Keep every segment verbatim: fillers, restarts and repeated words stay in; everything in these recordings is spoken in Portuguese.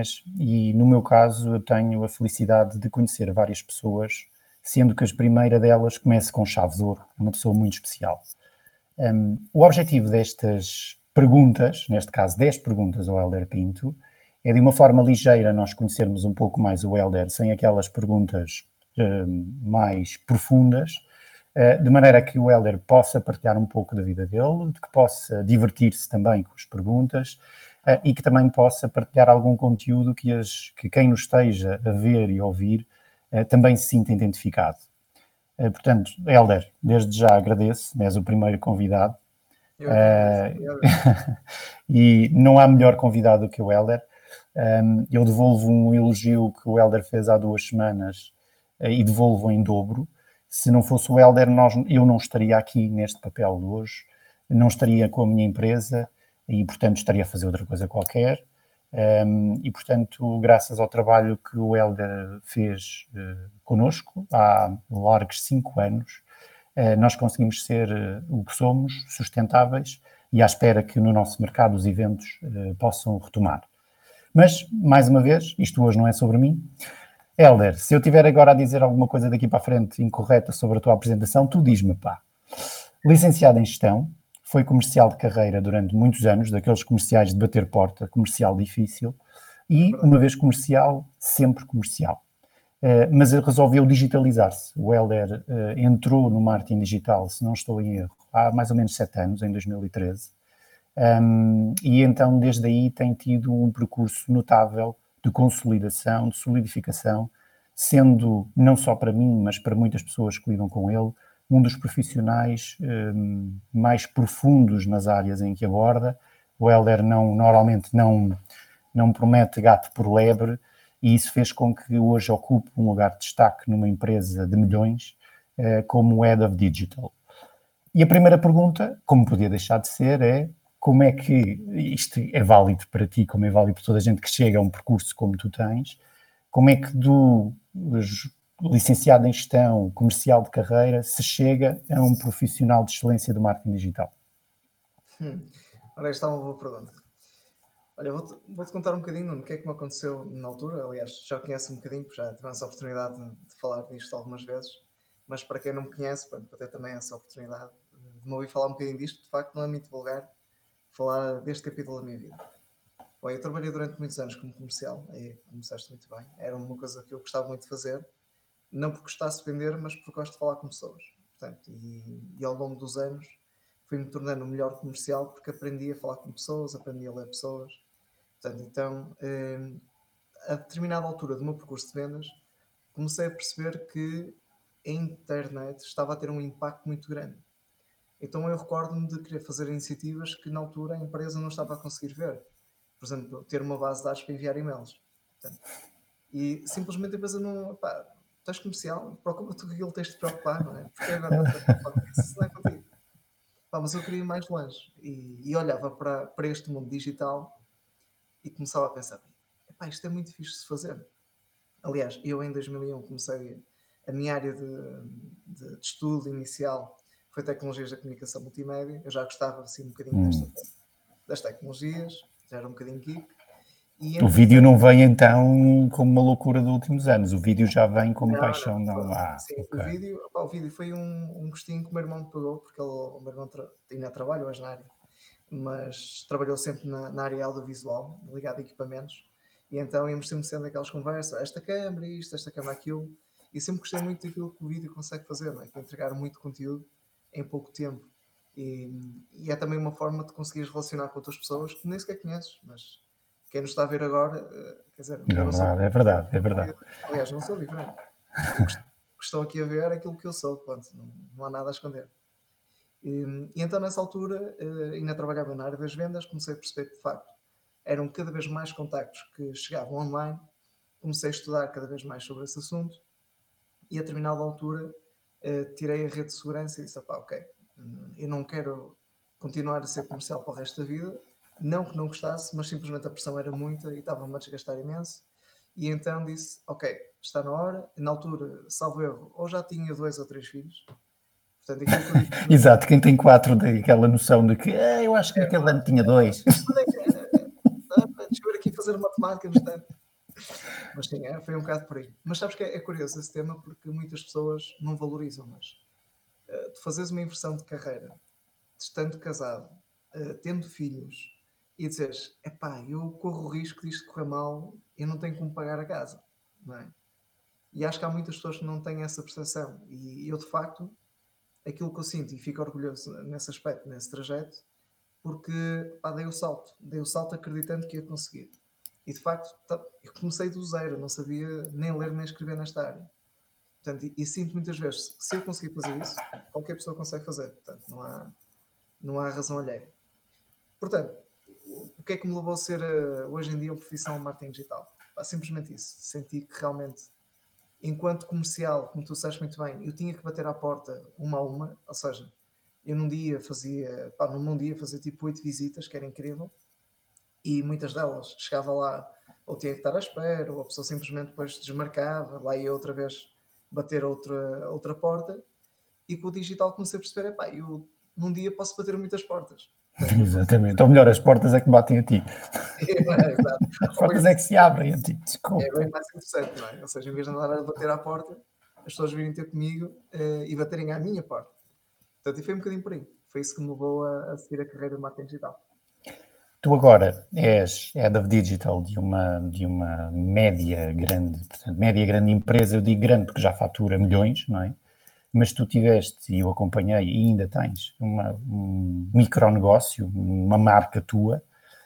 Inês, e no meu caso eu tenho a felicidade de conhecer várias pessoas, sendo que a primeira delas começa com chave de ouro, uma pessoa muito especial. Um, o objetivo destas perguntas, neste caso dez perguntas ao Hélder Pinto, é de uma forma ligeira nós conhecermos um pouco mais o Hélder, sem aquelas perguntas um, mais profundas, uh, de maneira que o Hélder possa partilhar um pouco da vida dele, de que possa divertir-se também com as perguntas, uh, e que também possa partilhar algum conteúdo que, as, que quem nos esteja a ver e ouvir uh, também se sinta identificado. Uh, portanto, Hélder, desde já agradeço, és o primeiro convidado. Eu uh, e não há melhor convidado do que o Hélder. Um, eu devolvo um elogio que o Hélder fez há duas semanas uh, e devolvo em dobro. Se não fosse o Hélder, nós, eu não estaria aqui neste papel de hoje, não estaria com a minha empresa e, portanto, estaria a fazer outra coisa qualquer. Um, e, portanto, graças ao trabalho que o Hélder fez uh, connosco há largos cinco anos, uh, nós conseguimos ser uh, o que somos, sustentáveis, e à espera que no nosso mercado os eventos uh, possam retomar. Mas, mais uma vez, isto hoje não é sobre mim. Hélder, se eu tiver agora a dizer alguma coisa daqui para a frente incorreta sobre a tua apresentação, tu diz-me, pá. Licenciado em Gestão, foi comercial de carreira durante muitos anos, daqueles comerciais de bater porta, comercial difícil, e uma vez comercial, sempre comercial. Uh, mas ele resolveu digitalizar-se. O Hélder uh, entrou no marketing digital, se não estou em erro, há mais ou menos sete anos, em dois mil e treze. Um, e então, desde aí, tem tido um percurso notável de consolidação, de solidificação, sendo, não só para mim, mas para muitas pessoas que lidam com ele, um dos profissionais um, mais profundos nas áreas em que aborda. O Hélder não, normalmente não, não promete gato por lebre, e isso fez com que hoje ocupe um lugar de destaque numa empresa de milhões, uh, como Head of Digital. E a primeira pergunta, como podia deixar de ser, é como é que isto é válido para ti, como é válido para toda a gente que chega a um percurso como tu tens, como é que do licenciado em Gestão, comercial de carreira, se chega a um profissional de excelência do marketing digital? Hum. Ora, esta é uma boa pergunta. Olha, vou-te, vou-te contar um bocadinho o que é que me aconteceu na altura. Aliás, já conheço um bocadinho, porque já tivemos a oportunidade de, de falar disto algumas vezes, mas para quem não me conhece, para ter também essa oportunidade de me ouvir falar um bocadinho disto, de facto não é muito vulgar falar deste capítulo da minha vida. Bom, eu trabalhei durante muitos anos como comercial, aí começaste muito bem, era uma coisa que eu gostava muito de fazer, não porque gostasse de vender, mas porque gosto de falar com pessoas. Portanto, e, e ao longo dos anos fui-me tornando o melhor comercial porque aprendi a falar com pessoas, aprendi a ler pessoas. Portanto, então, eh, a determinada altura do meu percurso de vendas, comecei a perceber que a internet estava a ter um impacto muito grande. Então eu recordo-me de querer fazer iniciativas que na altura a empresa não estava a conseguir ver. Por exemplo, ter uma base de dados para enviar e-mails. Portanto, e simplesmente a empresa não... Pá, estás comercial, procura tu que aquilo tens de te preocupar, não é? Porque agora não estás preocupado com isso, não é contigo. Pá, mas eu queria ir mais longe. E, e olhava para, para este mundo digital e começava a pensar, epá, isto é muito difícil de se fazer. Aliás, eu em dois mil e um comecei a minha área de, de, de estudo inicial foi tecnologias da comunicação multimédia. Eu já gostava assim um bocadinho Hum. desta, das tecnologias, já era um bocadinho geek. E, o vídeo não vem então como uma loucura dos últimos anos, o vídeo já vem como não, paixão. Não, não há. Sim, Okay. o, vídeo, opa, o vídeo foi um, um gostinho que o meu irmão me pegou, porque ele, o meu irmão tra- ainda trabalha hoje na área, mas trabalhou sempre na, na área audiovisual, ligado a equipamentos, e então íamos sempre sendo aquelas conversas, esta câmera isto, esta câmera aquilo, e sempre gostei muito daquilo que o vídeo consegue fazer, não é? Que é entregar muito conteúdo em pouco tempo. E, e é também uma forma de conseguires relacionar com outras pessoas que nem sequer conheces, mas quem nos está a ver agora, quer dizer, É eu não sou... verdade, é verdade, é verdade. Aliás, não sou diferente. O que estou aqui a ver é aquilo que eu sou, pronto, não, não há nada a esconder. E, e então, nessa altura, ainda trabalhava na área das vendas, comecei a perceber que, de facto, eram cada vez mais contactos que chegavam online, comecei a estudar cada vez mais sobre esse assunto e, a determinada altura, tirei a rede de segurança e disse, opá, ok, eu não quero continuar a ser comercial para o resto da vida, não que não gostasse, mas simplesmente a pressão era muita e estava-me a desgastar imenso. E então disse, ok, está na hora. Na altura, salvo erro, ou já tinha dois ou três filhos. Portanto, aquilo que eu disse... Exato, quem tem quatro tem aquela noção de que ah, eu acho que é, naquele ano tinha dois. Deixa eu ver aqui fazer matemática no instante. Mas sim, é, foi um bocado por aí. Mas sabes que é, é curioso esse tema porque muitas pessoas não valorizam, mas uh, tu fazes uma inversão de carreira, estando casado, uh, tendo filhos, e dizeres, epá, eu corro o risco disto correr mal, eu não tenho como pagar a casa, não é? E acho que há muitas pessoas que não têm essa percepção. E eu, de facto, aquilo que eu sinto, e fico orgulhoso nesse aspecto, nesse trajeto, porque pá, dei o salto, dei o salto acreditando que ia conseguir. E de facto, tá- eu comecei do zero, não sabia nem ler nem escrever nesta área. Portanto, e, e sinto muitas vezes que se eu conseguir fazer isso, qualquer pessoa consegue fazer. Portanto, não há, não há razão alheia. Portanto, o que é que me levou a ser eh, hoje em dia um profissional de marketing digital? Pá, simplesmente isso. Senti que realmente, enquanto comercial, como tu sabes muito bem, eu tinha que bater à porta uma a uma, ou seja, eu num dia fazia, pá, num dia fazia tipo oito visitas, que era incrível, e muitas delas chegava lá ou tinha que estar à espera, ou a pessoa simplesmente depois desmarcava, lá ia outra vez bater outra, outra porta, e com o digital comecei a perceber, epá, eu num dia posso bater muitas portas. Portanto, eu consigo. Exatamente. Ou melhor, as portas é que batem a ti. É, exato. As portas é que se abrem a ti. É Desculpa. bem mais interessante, não é? Ou seja, em vez de andar a bater à porta, as pessoas virem ter comigo eh, e baterem à minha porta. Portanto, e foi um bocadinho por aí. Foi isso que me levou a, a seguir a carreira de marketing digital. Tu agora és Head of Digital de uma, de uma média grande, portanto, média grande empresa, eu digo grande porque já fatura milhões, não é? Mas tu tiveste, e eu acompanhei, e ainda tens, uma, um micronegócio, uma marca tua.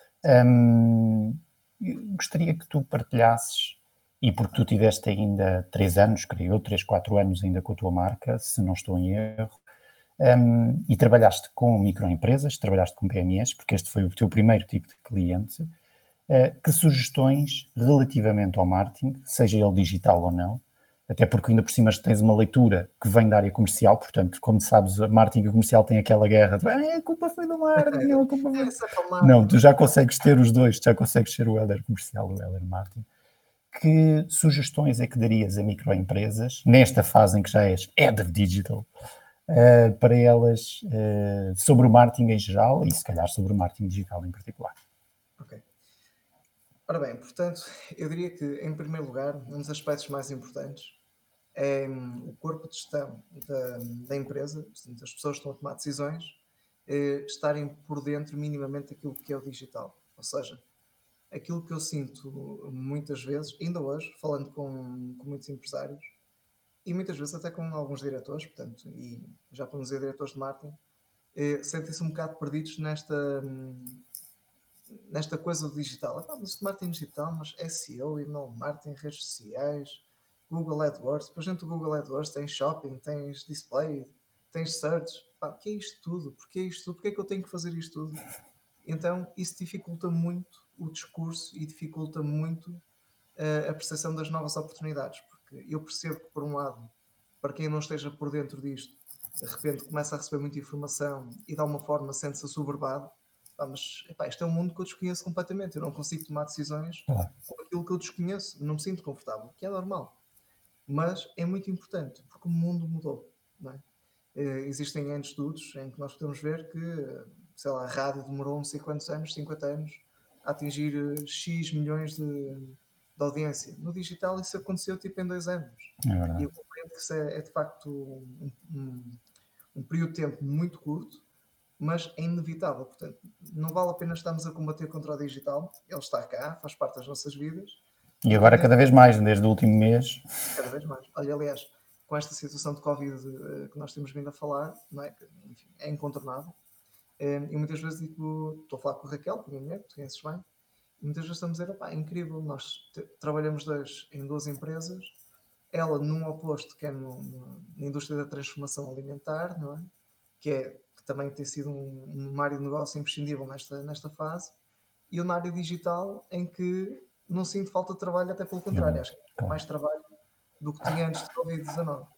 Hum, eu gostaria que tu partilhasses, e porque tu tiveste ainda três anos, creio eu, três, quatro anos ainda com a tua marca, se não estou em erro, um, e trabalhaste com microempresas, trabalhaste com P M Es, porque este foi o teu primeiro tipo de cliente. Uh, que sugestões relativamente ao marketing, seja ele digital ou não, até porque ainda por cima tens uma leitura que vem da área comercial, portanto, como sabes, a marketing e o comercial têm aquela guerra de ah, a culpa foi do marketing, a culpa foi... É, isso é para o Não, marketing. tu já consegues ter os dois, já consegues ser o Heller comercial, o Heller marketing. Que sugestões é que darias a microempresas, nesta fase em que já és Head of Digital, uh, para elas uh, sobre o marketing em geral e se calhar sobre o marketing digital em particular? Ok. Ora bem, portanto, eu diria que, em primeiro lugar, um dos aspectos mais importantes é hum, o corpo de gestão da, da empresa, portanto, as pessoas que estão a tomar decisões, eh, estarem por dentro minimamente daquilo que é o digital. Ou seja, aquilo que eu sinto muitas vezes, ainda hoje, falando com, com muitos empresários, e muitas vezes até com alguns diretores, portanto, e já para não dizer diretores de marketing, eh, sentem-se um bocado perdidos nesta, hum, nesta coisa do digital. Ah, mas marketing digital, mas S E O, email marketing, redes sociais, Google AdWords. Depois dentro do Google AdWords tens shopping, tens display, tens search. Pá, o que é isto tudo? Porquê isto tudo? Porquê é que eu tenho que fazer isto tudo? Então isso dificulta muito o discurso e dificulta muito uh, a percepção das novas oportunidades. Porque eu percebo que, por um lado, para quem não esteja por dentro disto, de repente começa a receber muita informação e de alguma forma sente-se assoberbado. Ah, mas epá, isto é um mundo que eu desconheço completamente. Eu não consigo tomar decisões Claro. com aquilo que eu desconheço. Não me sinto confortável, que é normal. Mas é muito importante, porque o mundo mudou. Não é? Eh, existem N estudos em que nós podemos ver que, sei lá, a rádio demorou não sei quantos anos, cinquenta anos, a atingir eh, X milhões de, de audiência. No digital isso aconteceu tipo em dois anos. É E verdade. eu compreendo que isso é, é de facto um, um, um período de tempo muito curto, mas é inevitável. Portanto, não vale a pena estarmos a combater contra o digital. Ele está cá, faz parte das nossas vidas. E E agora tendemos cada vez mais, desde o último mês. cada vez mais. Olha, aliás, com esta situação de Covid eh, que nós temos vindo a falar, não é? Que, enfim, é incontornável. Eh, e muitas vezes digo, estou a falar com a Raquel, com a minha mulher, tu conheces bem, e muitas vezes estamos a dizer, pá, é incrível, nós te- trabalhamos dois, em duas empresas, ela num oposto que é no, no- na indústria da transformação alimentar, não é? Que, é, que também tem sido um, uma área de negócio imprescindível nesta, nesta fase, e eu na área digital em que não sinto falta de trabalho, até pelo contrário, acho que tenho Claro. mais trabalho do que tinha antes de Covid dezanove.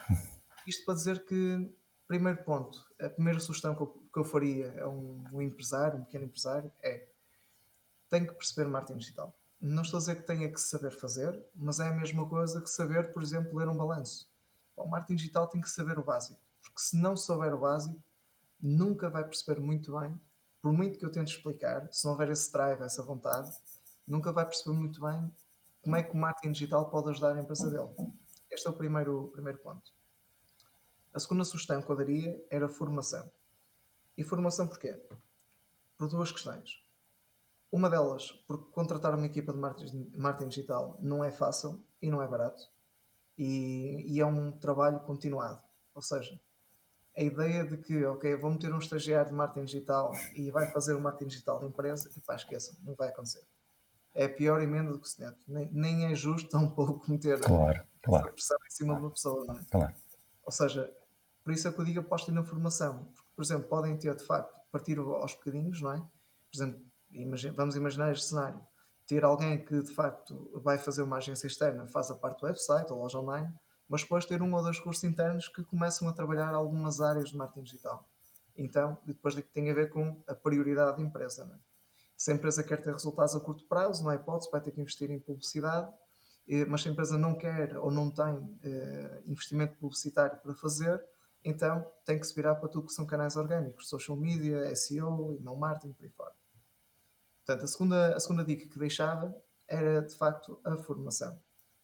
Isto para dizer que, primeiro ponto, a primeira sugestão que eu, que eu faria a um, um empresário, um pequeno empresário, é tem que perceber marketing digital. Não estou a dizer que tenha que saber fazer, mas é a mesma coisa que saber, por exemplo, ler um balanço. O marketing digital tem que saber o básico, porque se não souber o básico, nunca vai perceber muito bem, por muito que eu tente explicar, se não houver esse drive, essa vontade, nunca vai perceber muito bem como é que o marketing digital pode ajudar a empresa dele. Este é o primeiro, o primeiro ponto. A segunda sugestão que eu daria era formação. E formação porquê? Por duas questões. Uma delas, porque contratar uma equipa de marketing, marketing digital não é fácil e não é barato. E, e é um trabalho continuado. Ou seja, a ideia de que, ok, vou meter um estagiário de marketing digital e vai fazer o marketing digital da empresa, e pá, esqueçam, não vai acontecer. É a pior emenda do que se net. Nem, nem é justo tão pouco meter Claro, essa claro, pressão em cima de uma pessoa, não é? claro. Ou seja, por isso é que eu digo apostem na formação. Porque, por exemplo, podem ter, de facto, partir aos bocadinhos, não é? Por exemplo, imagine, vamos imaginar este cenário. Ter alguém que, de facto, vai fazer uma agência externa, faz a parte do website ou loja online, mas depois ter um ou dois cursos internos que começam a trabalhar algumas áreas de marketing digital. Então, depois tem a ver com a prioridade da empresa, não é? Se a empresa quer ter resultados a curto prazo, não é hipótese, vai ter que investir em publicidade, eh, mas se a empresa não quer ou não tem eh, investimento publicitário para fazer, então tem que se virar para tudo que são canais orgânicos, social media, S E O, email marketing, por aí fora. Portanto, a segunda, a segunda dica que deixava era, de facto, a formação.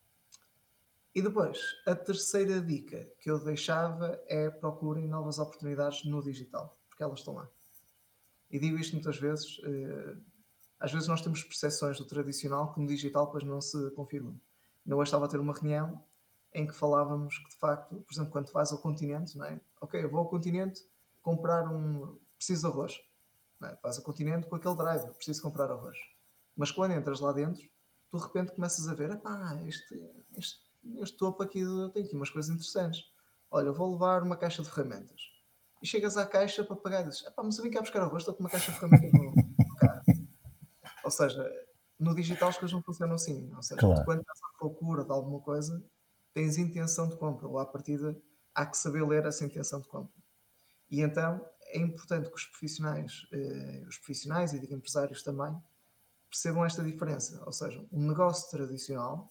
E depois, a terceira dica que eu deixava é procurem novas oportunidades no digital, porque elas estão lá. E digo isto muitas vezes, eh, às vezes nós temos percepções do tradicional que no digital depois não se confirmam. Eu hoje estava a ter uma reunião em que falávamos que, de facto, por exemplo, quando vais ao continente, não é? Ok, eu vou ao continente comprar um... preciso de arroz. Não é? Vais ao continente com aquele drive, preciso comprar arroz. Mas quando entras lá dentro, tu de repente começas a ver, epá, este, este, este topo aqui tem aqui umas coisas interessantes. Olha, eu vou levar uma caixa de ferramentas. E chegas à caixa para pagar e dizes, epá, mas eu vim cá buscar arroz, estou com uma caixa de ferramentas no, no carro. Ou seja, no digital as coisas não funcionam assim. Ou seja, tu Claro. quando estás à procura de alguma coisa, tens intenção de compra, ou à partida há que saber ler essa intenção de compra. E então é importante que os profissionais, eh, os profissionais e digo empresários também, percebam esta diferença. Ou seja, um negócio tradicional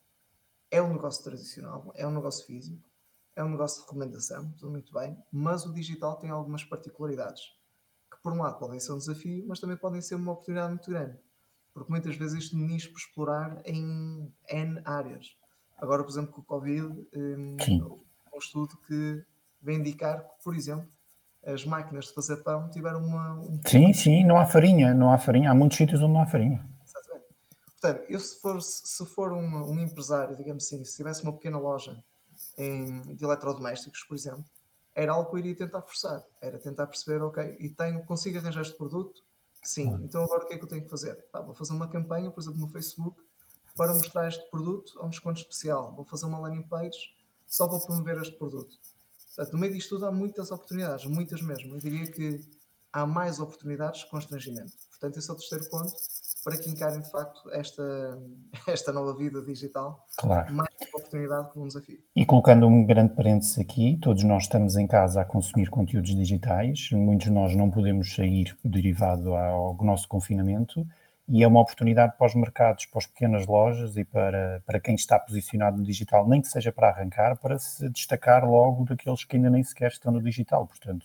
é um negócio tradicional, é um negócio físico, é um negócio de recomendação, tudo muito bem, mas o digital tem algumas particularidades que, por um lado, podem ser um desafio, mas também podem ser uma oportunidade muito grande. Porque muitas vezes isto nicho por explorar em N áreas. Agora, por exemplo, com o Covid, Sim. um, um estudo que vem indicar que, por exemplo, as máquinas de fazer pão tiveram uma, um pico Sim, de... sim, não há farinha, não há farinha. Há muitos sítios onde não há farinha. Exatamente. Portanto, eu se for, se for um, um empresário, digamos assim, se tivesse uma pequena loja em, de eletrodomésticos, por exemplo, era algo que eu iria tentar forçar. Era tentar perceber, ok, e tenho, consigo arranjar este produto? Sim. Claro. Então agora o que é que eu tenho que fazer? Pá, vou fazer uma campanha, por exemplo, no Facebook, para mostrar este produto a um desconto especial. Vou fazer uma landing page só para promover este produto. Portanto, no meio disto tudo há muitas oportunidades, muitas mesmo. Eu diria que há mais oportunidades que constrangimento. Portanto, esse é o terceiro ponto para que encarem de facto esta, esta nova vida digital Claro. mais uma oportunidade que um desafio. E colocando um grande parênteses aqui, todos nós estamos em casa a consumir conteúdos digitais, muitos de nós não podemos sair derivado ao nosso confinamento, e é uma oportunidade para os mercados, para as pequenas lojas e para, para quem está posicionado no digital, nem que seja para arrancar, para se destacar logo daqueles que ainda nem sequer estão no digital. Portanto,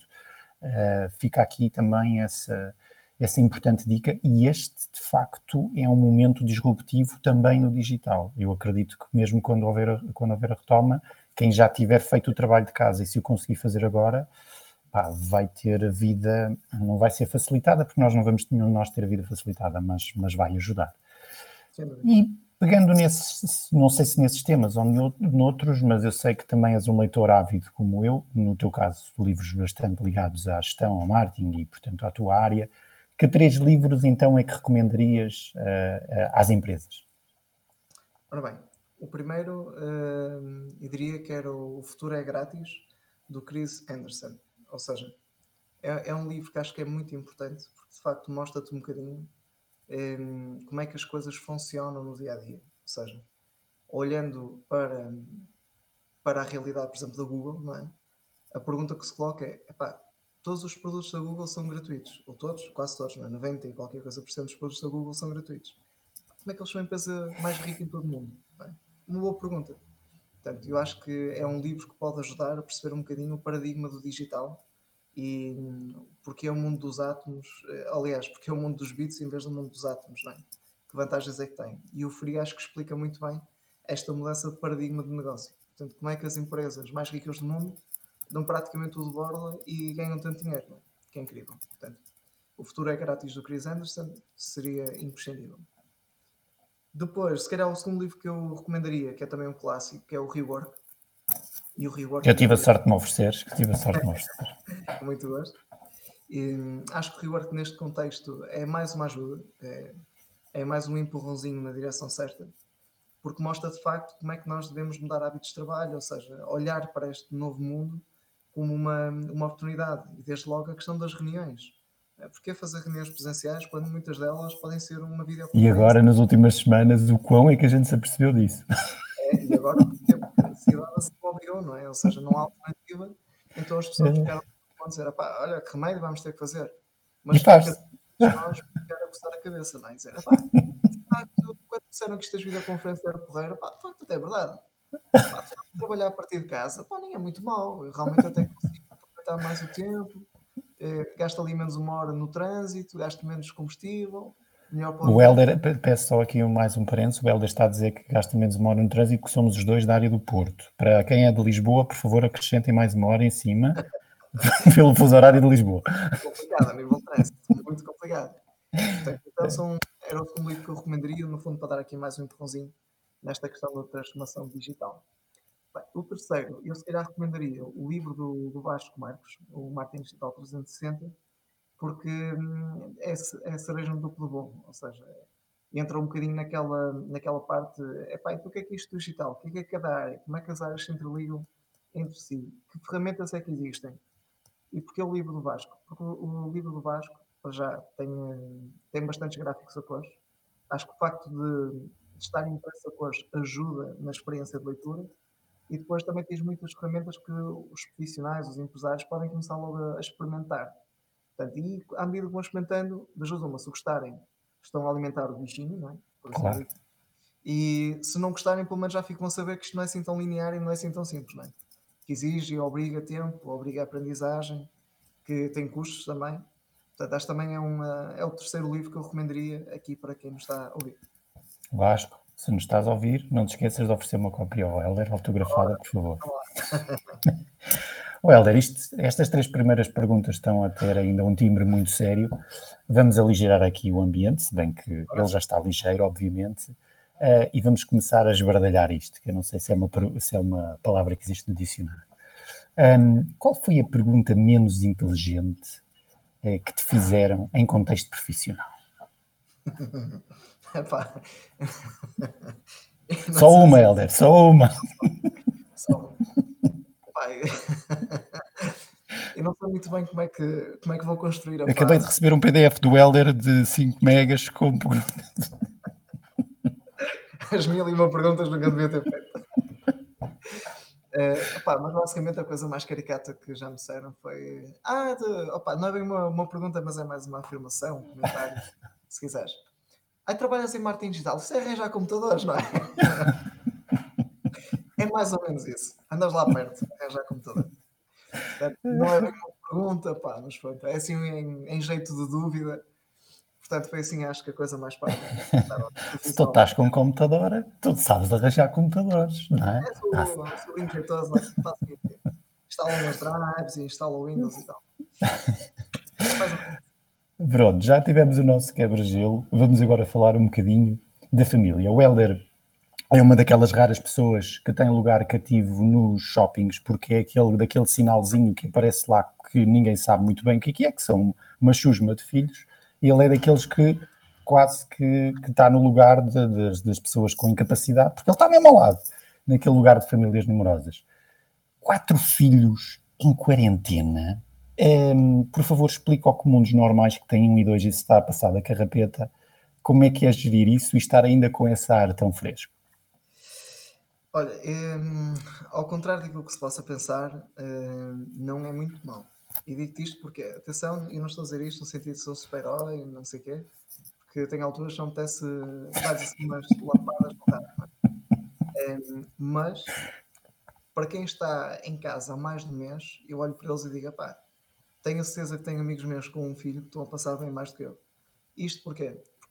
uh, fica aqui também essa, essa importante dica, e este, de facto, é um momento disruptivo também no digital. Eu acredito que mesmo quando houver, a, quando houver a retoma, quem já tiver feito o trabalho de casa e se o conseguir fazer agora, pá, vai ter a vida, não vai ser facilitada, porque nós não vamos nenhum de nós ter a vida facilitada, mas, mas vai ajudar. E pegando nesses, não sei se nesses temas ou noutros, mas eu sei que também és um leitor ávido como eu, no teu caso, livros bastante ligados à gestão, ao marketing e, portanto, à tua área. Que três livros, então, é que recomendarias uh, uh, às empresas? Ora bem, o primeiro, uh, eu diria que era O Futuro é Grátis, do Chris Anderson. Ou seja, é, é um livro que acho que é muito importante, porque de facto mostra-te um bocadinho um, como é que as coisas funcionam no dia-a-dia. Ou seja, olhando para, para a realidade, por exemplo, da Google, não é? A pergunta que se coloca é, epá, todos os produtos da Google são gratuitos, ou todos, quase todos, não é? noventa e qualquer coisa por cento dos produtos da Google são gratuitos. Como é que eles são a empresa mais rica em todo o mundo? Não é? Uma boa pergunta. Portanto, eu acho que é um livro que pode ajudar a perceber um bocadinho o paradigma do digital e porque é o mundo dos átomos, aliás, porque é o mundo dos bits em vez do mundo dos átomos, não é? Que que vantagens é que tem. E o Free acho que explica muito bem esta mudança de paradigma de negócio. Portanto, como é que as empresas mais ricas do mundo dão praticamente tudo de borla e ganham tanto dinheiro, não é? Que é incrível. Portanto, o futuro é grátis do Chris Anderson, seria imprescindível. Depois, se calhar o segundo livro que eu recomendaria, que é também um clássico, que é o Rework. E o Rework Eu tive a é sorte de me ofereceres, que tive a sorte de me oferecer. com muito gosto. E, hum, acho que o Rework neste contexto é mais uma ajuda, é, é mais um empurrãozinho na direção certa, porque mostra de facto como é que nós devemos mudar hábitos de trabalho, ou seja, olhar para este novo mundo como uma, uma oportunidade. E desde logo a questão das reuniões. É, porque fazer reuniões presenciais quando muitas delas podem ser uma E videoconferência? agora, nas últimas semanas, o quão é que a gente se apercebeu disso? É, e agora porque a necessidade se obrigou, não é? Ou seja, não há alternativa, então as pessoas ficaram a dizer, "Epá, olha, que remédio vamos ter que fazer." E Mas cada faz-se. vez nós ficar a coçar a cabeça, não é? Dizer, "Epá, de facto, quando disseram que estas videoconferências era porreiro, pá, de facto até é verdade. Pá, de facto, trabalhar a partir de casa, pá, nem é muito mau. Eu realmente até consigo aproveitar mais o tempo, eh, gasto ali menos uma hora no trânsito, gasto menos combustível, melhor para o O ambiente." Helder, pe- peço só aqui mais um parênteses, o Helder está a dizer que gasta menos uma hora no trânsito, que somos os dois da área do Porto. Para quem é de Lisboa, por favor, acrescentem mais uma hora em cima, pelo fuso horário de Lisboa. Complicado, a nível de trânsito, muito complicado. Portanto, então são, era o segundo livro que eu recomendaria, no fundo, para dar aqui mais um empurrãozinho nesta questão da transformação digital. Bem, o terceiro, eu se calhar recomendaria o livro do, do Vasco Marcos, o Marketing Digital trezentos e sessenta, porque hum, é, ce- é cereja no duplo bom, ou seja, entra um bocadinho naquela, naquela parte, epá, então o que é que é isto digital? O que é que é cada área? Como é que as áreas se interligam entre si? Que ferramentas é que existem? E porquê o livro do Vasco? Porque o, o livro do Vasco, para já, tem, eh, tem bastantes gráficos a cores. Acho que o facto de, de estar impresso a cores ajuda na experiência de leitura. E depois também tens muitas ferramentas que os profissionais, os empresários, podem começar logo a, a experimentar. Portanto, e à medida que vão experimentando, ajudam-me a se gostarem, estão a alimentar o bichinho, não é? Por assim Claro, dizer. E se não gostarem, pelo menos já ficam a saber que isto não é assim tão linear e não é assim tão simples, não é? Que exige e obriga tempo, obriga aprendizagem, que tem custos também. Portanto, acho que também é, uma, é o terceiro livro que eu recomendaria aqui para quem nos está a ouvir. Vasco, se nos estás a ouvir, não te esqueças de oferecer uma cópia ao Helder, autografada, por favor. O Helder, isto, estas três primeiras perguntas estão a ter ainda um timbre muito sério. Vamos aligerar aqui o ambiente, se bem que ele já está ligeiro, obviamente, uh, e vamos começar a esbardalhar isto, que eu não sei se é uma, se é uma palavra que existe no dicionário. Um, qual foi a pergunta menos inteligente uh, que te fizeram em contexto profissional? Epá, eu não Só sei uma, se Helder, só uma. só. Epá, eu eu não sei muito bem como é que, como é que vou construir a Acabei de frase. receber um P D F do Helder de cinco megas com... As mil e uma perguntas nunca devia ter feito. Eh, opá, mas basicamente a coisa mais caricata que já me disseram foi: Ah, de, opá, não é bem uma, uma pergunta, mas é mais uma afirmação, um comentário, se quiseres. Aí trabalhas em marketing digital, isso é arranjar computadores, não é? É mais ou menos isso. Andas lá perto, arranjar computador. Portanto, não é bem uma pergunta, pá, mas pronto, é assim em, em jeito de dúvida. Portanto, foi assim, acho que a coisa mais parva que perguntaram Se tu profissionalmente. estás com um computador, tu sabes arranjar computadores, não é? É Ah, sou, sou brinco jeitoso, não é? Faço o quê? Instalam os drives e instalam o Windows e tal. É mais ou menos. pronto, já tivemos o nosso quebra-gelo, vamos agora falar um bocadinho da família. O Helder é uma daquelas raras pessoas que tem lugar cativo nos shoppings, porque é aquele, daquele sinalzinho que aparece lá que ninguém sabe muito bem o que é, que é, que são uma chusma de filhos, e ele é daqueles que quase que, que está no lugar de, de, das pessoas com incapacidade, porque ele está mesmo ao lado, naquele lugar de famílias numerosas. Quatro filhos em quarentena. Hum, por favor, explica ao comum dos normais que têm um e dois e se está a passar da carrapeta, como é que é gerir isso e estar ainda com esse ar tão fresco. Olha, hum, ao contrário daquilo que se possa pensar, hum, não é muito mau. E digo-te isto porque, atenção, eu não estou a dizer isto no sentido de sou super-herói, não sei o quê, porque tenho alturas que não me apetece dar assim umas lapadas no rabo, não é? Hum, mas, para quem está em casa há mais de um mês, eu olho para eles e digo, pá, tenho a certeza que tenho amigos meus com um filho que estão a passar bem mais do que eu. Isto porquê? Porque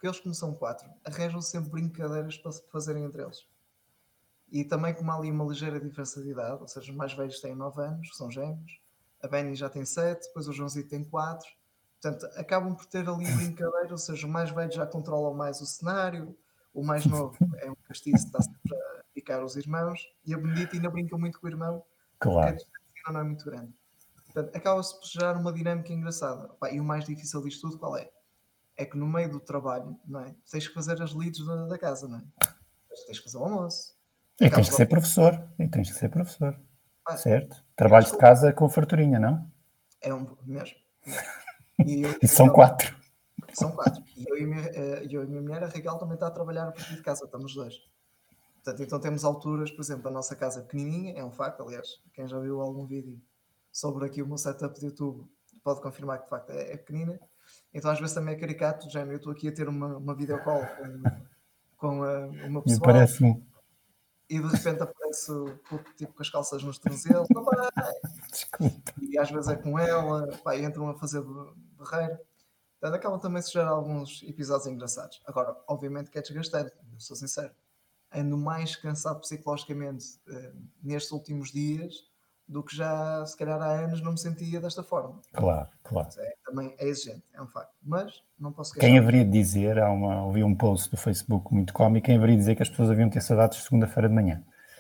porque eles, como são quatro, arranjam sempre brincadeiras para se fazerem entre eles. E também como há ali uma ligeira diferença de idade, ou seja, os mais velhos têm nove anos, que são gêmeos, a Benny já tem sete, depois o Joãozito tem quatro. Portanto, acabam por ter ali brincadeira, ou seja, o mais velho já controla mais o cenário, o mais novo é um castiço, está sempre a picar os irmãos, e a Benedita ainda brinca muito com o irmão, porque a Claro. distância ainda não é muito grande. Portanto, acaba-se por gerar uma dinâmica engraçada. Pá, e o mais difícil disto tudo qual é? É que no meio do trabalho, não é? Tens que fazer as leads da, da casa, não é? Tens que fazer o almoço. E tens Acabas que lá. ser professor. E tens que ser professor. Pá, Certo? eu Trabalhos de sou. casa com farturinha, não? É um mesmo, mesmo. E eu e E a são Raquel quatro. são quatro. E eu e a minha, eh, eu e a minha mulher, a Raquel, também está a trabalhar a partir de casa, estamos os dois. Portanto, então temos alturas, por exemplo, a nossa casa pequenininha, é um facto, aliás, quem já viu algum vídeo sobre aqui o meu setup de YouTube pode confirmar que de facto é, é pequenina. Então às vezes também é caricato, já eu estou aqui a ter uma, uma videocall com, com a- o meu Me pessoal parece-me. e de repente aparece o puto, tipo com as calças nos tornozelos, "Papai!" Desculpa. E às vezes é com ela, pá, e entram a fazer de berreiro. Portanto, acabam também a gerar alguns episódios engraçados. Agora, obviamente que é desgastante, eu sou sincero. Ando mais cansado psicologicamente eh, nestes últimos dias do que já, se calhar, há anos não me sentia desta forma. Claro, claro. É, também é exigente, é um facto. Mas não posso Quem queixar-me. haveria de dizer, há uma, ouvi um post do Facebook muito cómico, quem haveria de dizer que as pessoas haviam ter saudades de segunda-feira de manhã.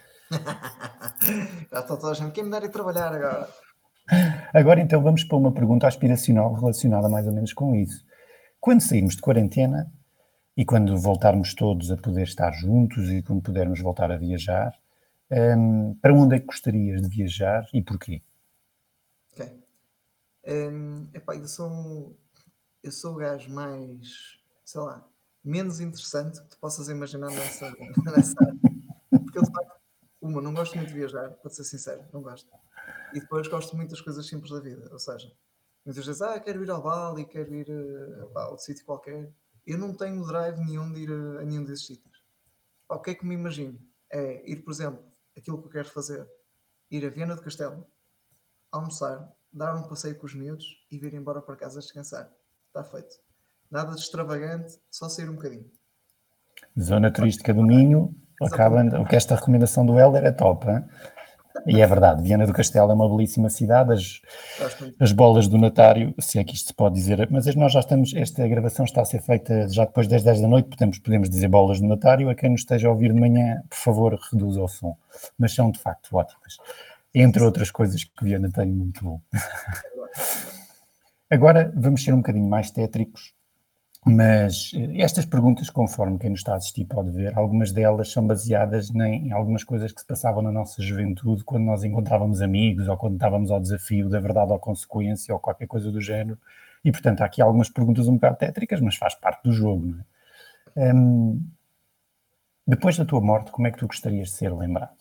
Já está toda a gente. Quem me dera ir trabalhar agora? Agora então vamos para uma pergunta aspiracional relacionada mais ou menos com isso. Quando sairmos de quarentena e quando voltarmos todos a poder estar juntos e quando pudermos voltar a viajar, hum, para onde é que gostarias de viajar e porquê? Ok. Hum, epá, eu sou, um- eu sou o gajo mais, sei lá, menos interessante que tu possas imaginar nessa, nessa área. Porque eu, de facto, uma, não gosto muito de viajar, para ser sincero, não gosto. E depois gosto muito das coisas simples da vida. Ou seja, muitas vezes, ah, quero ir ao Bali, quero ir eh, pá, a outro sítio qualquer. Eu não tenho drive nenhum de ir a, a nenhum desses sítios. Pá, o que é que me imagino? É ir, por exemplo, aquilo que eu quero fazer, ir a Viana do Castelo, almoçar, dar um passeio com os miúdos e vir embora para casa descansar. Está feito. Nada de extravagante, só sair um bocadinho. Zona turística do Minho, acaba, Exatamente. o que esta recomendação do Helder é top, hein? E é verdade, Viana do Castelo é uma belíssima cidade, as, Gosto muito. as bolas do Natário, se é que isto se pode dizer, mas nós já estamos, esta gravação está a ser feita já depois das dez da noite, portanto podemos dizer bolas do Natário, a quem nos esteja a ouvir de manhã, por favor, reduza o som, mas são de facto ótimas, Sim, sim, entre sim. outras coisas que Viana tem muito bom. É verdade, é verdade. Agora vamos ser um bocadinho mais tétricos, mas eh, estas perguntas, conforme quem nos está a assistir pode ver, algumas delas são baseadas em, em algumas coisas que se passavam na nossa juventude, quando nós encontrávamos amigos, ou quando estávamos ao desafio da verdade ou consequência, ou qualquer coisa do género. E, portanto, há aqui algumas perguntas um bocado tétricas, mas faz parte do jogo, não é? Hum, depois da tua morte, como é que tu gostarias de ser lembrado?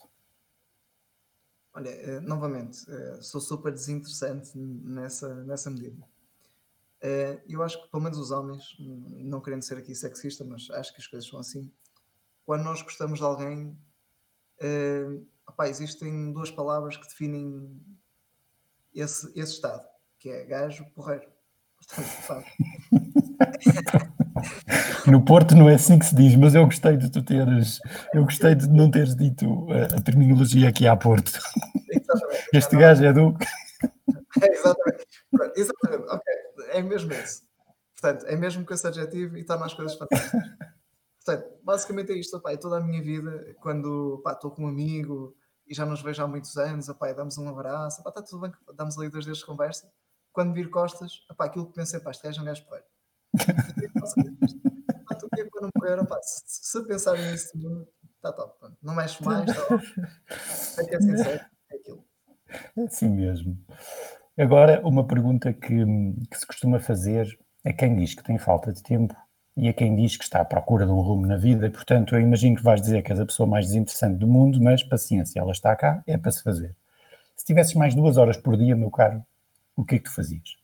Olha, eh, novamente, eh, sou super desinteressante nessa, nessa medida. Eh, eu acho que, pelo menos os homens, hum, não querendo ser aqui sexista, mas acho que as coisas são assim. Quando nós gostamos de alguém, eh, opá, existem duas palavras que definem esse, esse estado, que é gajo, porreiro. Portanto, pá, No Porto não é assim que se diz, mas eu gostei de tu teres, eu gostei de não teres dito a, a terminologia aqui à Porto. exatamente, já Este não há- gajo é do... é exatamente, pronto, exatamente, ok, é mesmo isso. Portanto, é mesmo com esse adjetivo e torna as coisas fantásticas. Portanto, basicamente é isto, opá, é toda a minha vida, quando pá, estou com um amigo e já nos vejo há muitos anos, opá, e damos um abraço, opá, está tudo bem, damos ali dois dias de conversa. Quando vir costas, opá, aquilo que pensei, pá, este gajo é um gajo porreiro. E é basicamente isto. Portanto, o que é para não morrer, opá, se, se pensarem nisso, está top, pronto. Não mexe mais, está ótimo. É que é sincero, é aquilo. É assim mesmo. Agora, uma pergunta que, que se costuma fazer a quem diz que tem falta de tempo e a quem diz que está à procura de um rumo na vida. E, portanto, eu imagino que vais dizer que és a pessoa mais desinteressante do mundo, mas paciência, ela está cá, é para se fazer. Se tivesses mais duas horas por dia, meu caro, o que é que tu fazias?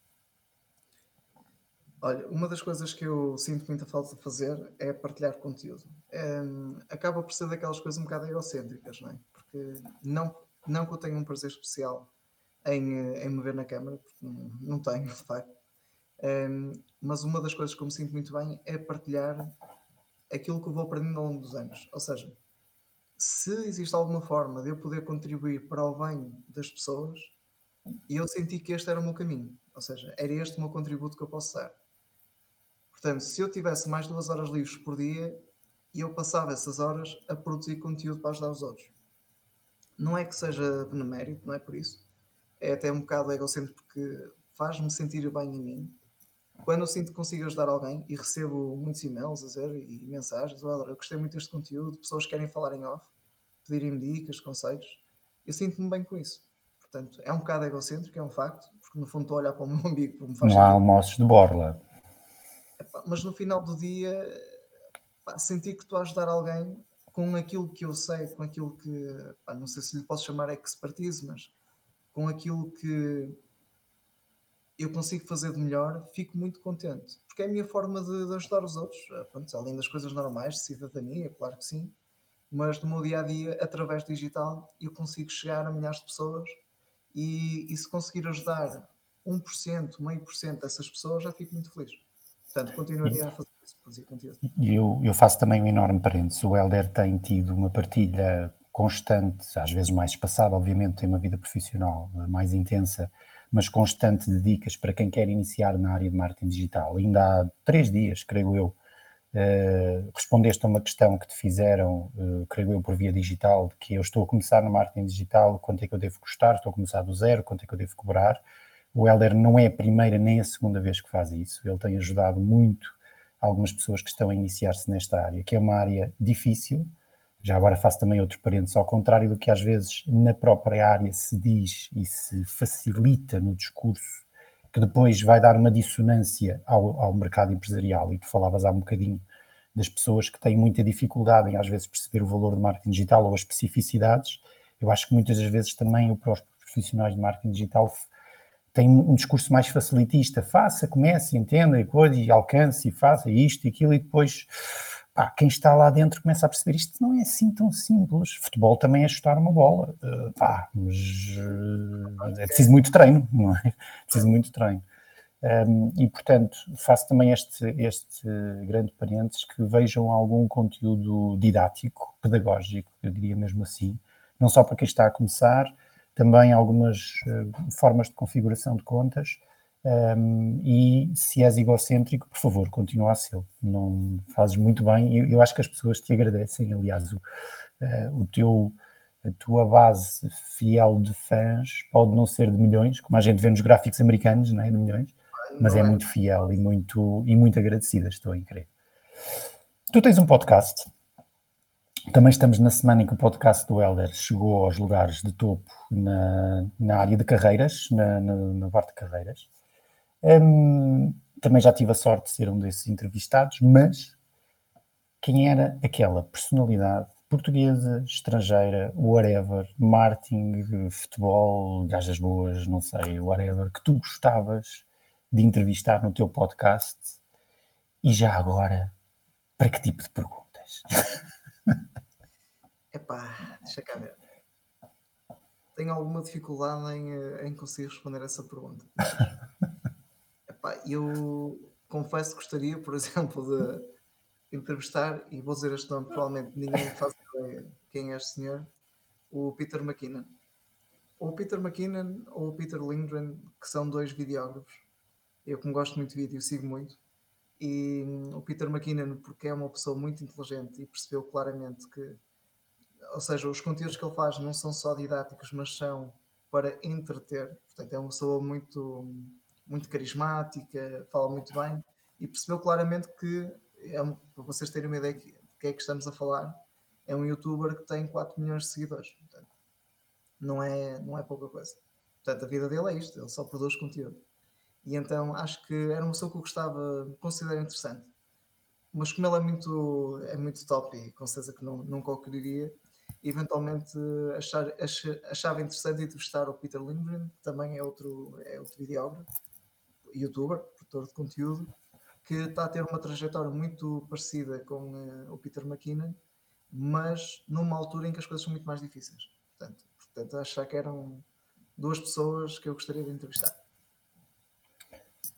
Olha, uma das coisas que eu sinto muita falta de fazer é partilhar conteúdo. Hum, acaba por ser daquelas coisas um bocado egocêntricas, não é? Porque não, não que eu tenha um prazer especial em, eh, em me ver na câmara, porque não, não tenho, de facto. Um, mas uma das coisas que eu me sinto muito bem é partilhar aquilo que eu vou aprendendo ao longo dos anos. Ou seja, se existe alguma forma de eu poder contribuir para o bem das pessoas, e eu senti que este era o meu caminho. Ou seja, era este o meu contributo que eu posso dar. Portanto, se eu tivesse mais duas horas livres por dia, eu passava essas horas a produzir conteúdo para ajudar os outros. Não é que seja benemérito, não é por isso. É até um bocado egocêntrico porque faz-me sentir bem em mim. Quando eu sinto que consigo ajudar alguém e recebo muitos e-mails a dizer e mensagens, olha, eu gostei muito deste conteúdo, pessoas querem falar em off, pedirem-me dicas, conselhos, eu sinto-me bem com isso. Portanto, é um bocado egocêntrico, é um facto, porque no fundo estou a olhar para o meu amigo, porque me faz Não há sentido. almoços de borla. Epá, mas no final do dia, pá, sentir que estou a ajudar alguém com aquilo que eu sei, com aquilo que, pá, não sei se lhe posso chamar expertise, mas com aquilo que eu consigo fazer de melhor, fico muito contente. Porque é a minha forma de, de ajudar os outros. Ah, pronto, além das coisas normais, de cidadania, claro que sim. Mas no meu dia a dia, através do digital, eu consigo chegar a milhares de pessoas e, e se conseguir ajudar um por cento, meio por cento dessas pessoas, já fico muito feliz. Portanto, continuaria a fazer isso, produzir conteúdo. E eu, eu faço também um enorme parênteses. O Hélder tem tido uma partilha constante, às vezes mais espaçada, obviamente tem uma vida profissional mais intensa, mas constante de dicas para quem quer iniciar na área de marketing digital. Ainda há três dias, creio eu, uh, respondeste a uma questão que te fizeram, uh, creio eu, por via digital, de que eu estou a começar no marketing digital, quanto é que eu devo custar, estou a começar do zero, quanto é que eu devo cobrar. O Hélder não é a primeira nem a segunda vez que faz isso, ele tem ajudado muito algumas pessoas que estão a iniciar-se nesta área, que é uma área difícil. Já agora faço também outro parênteses, ao contrário do que às vezes na própria área se diz e se facilita no discurso, que depois vai dar uma dissonância ao, ao mercado empresarial. E tu falavas há um bocadinho das pessoas que têm muita dificuldade em às vezes perceber o valor do marketing digital ou as especificidades. Eu acho que muitas das vezes também os profissionais de marketing digital tem um discurso mais facilitista, faça, comece, entenda, e, coisa, e alcance, e faça isto e aquilo, e depois, pá, quem está lá dentro começa a perceber isto não é assim tão simples. Futebol também é chutar uma bola, uh, pá, mas uh, é preciso muito treino, não é? É preciso muito treino. Um, e, portanto, faço também este, este grande parênteses, que vejam algum conteúdo didático, pedagógico, eu diria mesmo assim, não só para quem está a começar, também algumas uh, formas de configuração de contas, um, e se és egocêntrico, por favor, continua a ser. Não fazes muito bem, e eu, eu acho que as pessoas te agradecem. Aliás, o, uh, o teu, a tua base fiel de fãs pode não ser de milhões, como a gente vê nos gráficos americanos, não é, de milhões, mas é muito fiel e muito, e muito agradecida, estou a crer. Tu tens um podcast. Também estamos na semana em que o podcast do Hélder chegou aos lugares de topo na, na área de carreiras, na, na, na parte de carreiras. Um, também já tive a sorte de ser um desses entrevistados, mas quem era aquela personalidade portuguesa, estrangeira, whatever, marketing, futebol, gajas boas, não sei, whatever, que tu gostavas de entrevistar no teu podcast? E já agora, para que tipo de perguntas? Epá, deixa cá ver. Tenho alguma dificuldade em, eh, em conseguir responder essa pergunta. Mas, epá, eu confesso que gostaria, por exemplo, de entrevistar, e vou dizer este nome, provavelmente ninguém faz ideia quem é este senhor, o Peter McKinnon. Ou o Peter McKinnon ou o Peter Lindgren, que são dois videógrafos. Eu, como gosto muito de vídeo, sigo muito. E hum, o Peter McKinnon, porque é uma pessoa muito inteligente e percebeu claramente que, ou seja, os conteúdos que ele faz não são só didáticos, mas são para entreter. Portanto, é uma pessoa muito, muito carismática, fala muito bem e percebeu claramente que, é um, para vocês terem uma ideia de que é que estamos a falar, é um youtuber que tem quatro milhões de seguidores. Portanto, não é, não é pouca coisa. Portanto, a vida dele é isto, ele só produz conteúdo. E então acho que era uma pessoa que eu gostava, considero interessante. Mas como ele é muito, é muito top e com certeza que não, nunca o quereria, eventualmente achar, ach- achava interessante entrevistar o Peter Lindgren, que também é outro, é outro videógrafo, youtuber, produtor de conteúdo, que está a ter uma trajetória muito parecida com eh, o Peter McKinnon, mas numa altura em que as coisas são muito mais difíceis. Portanto, portanto achar que eram duas pessoas que eu gostaria de entrevistar.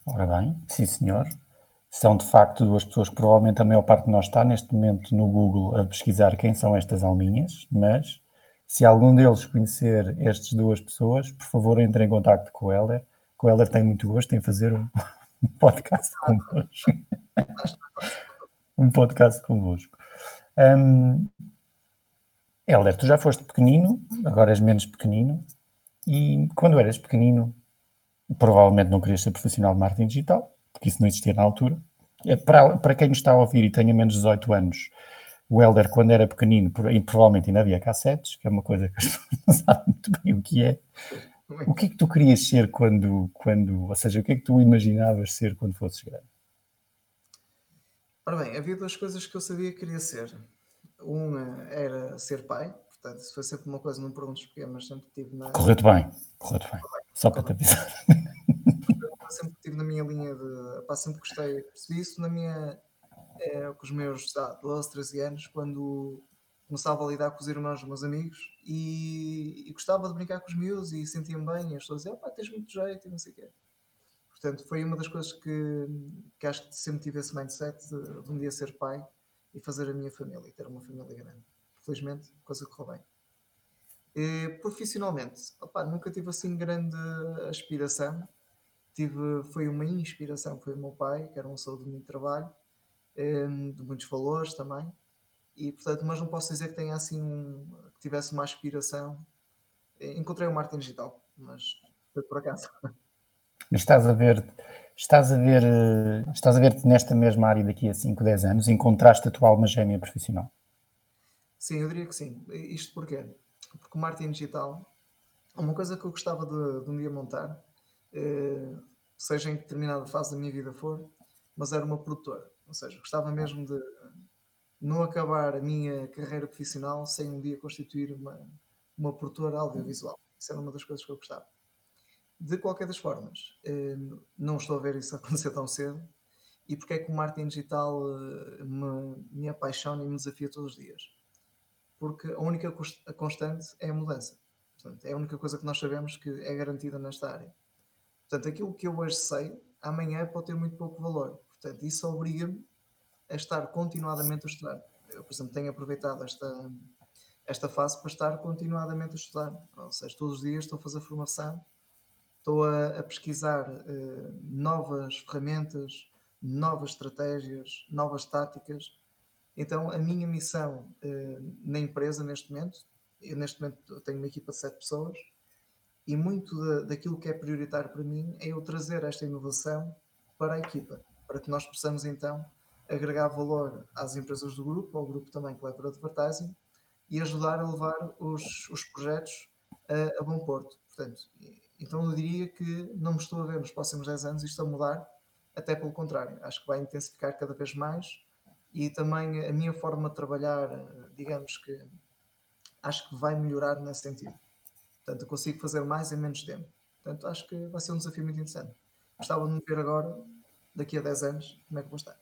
Ora bem, sim senhor. São de facto duas pessoas que provavelmente a maior parte de nós está neste momento no Google a pesquisar quem são estas alminhas, mas se algum deles conhecer estas duas pessoas, por favor entre em contacto com o Hélder, que o Hélder tem muito gosto em fazer um podcast convosco. um podcast convosco. Um, Hélder, tu já foste pequenino, agora és menos pequenino, e quando eras pequenino, provavelmente não querias ser profissional de marketing digital, porque isso não existia na altura. Para, para quem nos está a ouvir e tenha menos de dezoito anos, o Hélder, quando era pequenino, e provavelmente ainda havia cassetes, que é uma coisa que as pessoas não sabem muito bem o que é. O que é que tu querias ser quando, quando, ou seja, o que é que tu imaginavas ser quando fosses grande? Ora bem, havia duas coisas que eu sabia que queria ser. Uma era ser pai, portanto, isso foi sempre uma coisa, não me perguntes porquê, mas sempre tive na. Correu-te bem, correu-te bem. Só para te avisar. Sempre tive na minha linha de. Pá, sempre gostei, percebi isso na minha. É, com os meus ah, doze, treze anos, quando começava a lidar com os irmãos dos meus amigos e, e gostava de brincar com os miúdos e sentia-me bem. E as pessoas diziam, pá, tens muito jeito e não sei o quê. Portanto, foi uma das coisas que, que acho que sempre tive esse mindset de, de um dia ser pai e fazer a minha família e ter uma família grande. Felizmente, a coisa correu bem. E, profissionalmente, opá, nunca tive assim grande aspiração. Tive, foi uma inspiração, foi o meu pai, que era uma pessoa de muito trabalho, eh, de muitos valores também. E, portanto, mas não posso dizer que tenha assim um, que tivesse uma aspiração. Eh, Encontrei o marketing digital, mas foi por acaso. Estás a ver, estás a ver, eh, estás a ver-te nesta mesma área daqui a cinco, dez anos, encontraste a tua alma gêmea profissional? Sim, eu diria que sim. E isto porquê? Porque o marketing digital, uma coisa que eu gostava de, de um dia montar, eh, seja em que determinada fase da minha vida for, mas era uma produtora. Ou seja, gostava mesmo de não acabar a minha carreira profissional sem um dia constituir uma, uma produtora audiovisual. Isso era uma das coisas que eu gostava. De qualquer das formas, eh, não estou a ver isso acontecer tão cedo. E porque é que o marketing digital eh, me, me apaixona e me desafia todos os dias? Porque a única cons- a constante é a mudança. Portanto, é a única coisa que nós sabemos que é garantida nesta área. Portanto, aquilo que eu hoje sei, amanhã pode ter muito pouco valor. Portanto, isso obriga-me a estar continuadamente a estudar. Eu, por exemplo, tenho aproveitado esta, esta fase para estar continuadamente a estudar. Ou seja, todos os dias estou a fazer formação, estou a, a pesquisar eh, novas ferramentas, novas estratégias, novas táticas. Então, a minha missão eh, na empresa neste momento, eu neste momento tenho uma equipa de sete pessoas, e muito da, daquilo que é prioritário para mim é eu trazer esta inovação para a equipa, para que nós possamos então agregar valor às empresas do grupo, ao grupo também que leva advertising, e ajudar a levar os, os projetos a, a bom porto. Portanto, então eu diria que não me estou a ver nos próximos dez anos isto a mudar, até pelo contrário, acho que vai intensificar cada vez mais e também a minha forma de trabalhar, digamos que acho que vai melhorar nesse sentido. Portanto, eu consigo fazer mais em menos tempo. Portanto, acho que vai ser um desafio muito interessante. Gostava de me ver agora, daqui a dez anos, como é que vou estar.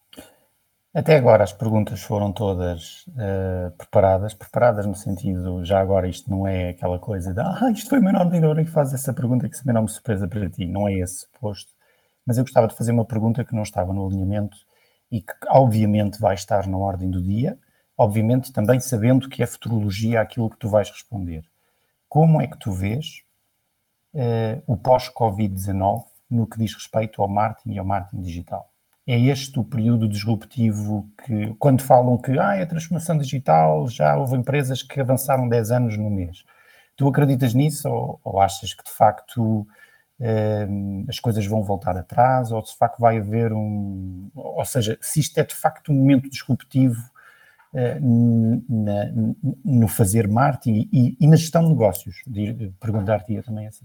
Até agora as perguntas foram todas uh, preparadas, preparadas no sentido, já agora isto não é aquela coisa de ah, isto foi uma enorme ignorância que faz essa pergunta, que é uma enorme surpresa para ti, não é esse posto. Mas eu gostava de fazer uma pergunta que não estava no alinhamento e que obviamente vai estar na ordem do dia, obviamente também sabendo que é futurologia aquilo que tu vais responder. Como é que tu vês uh, o pós-Covid dezanove no que diz respeito ao marketing e ao marketing digital? É este o período disruptivo que, quando falam que ah, é a transformação digital, já houve empresas que avançaram dez anos no mês. Tu acreditas nisso ou, ou achas que de facto eh, as coisas vão voltar atrás ou de facto vai haver um... Ou seja, se isto é de facto um momento disruptivo eh, na, no fazer marketing e, e na gestão de negócios? Perguntar-te também assim.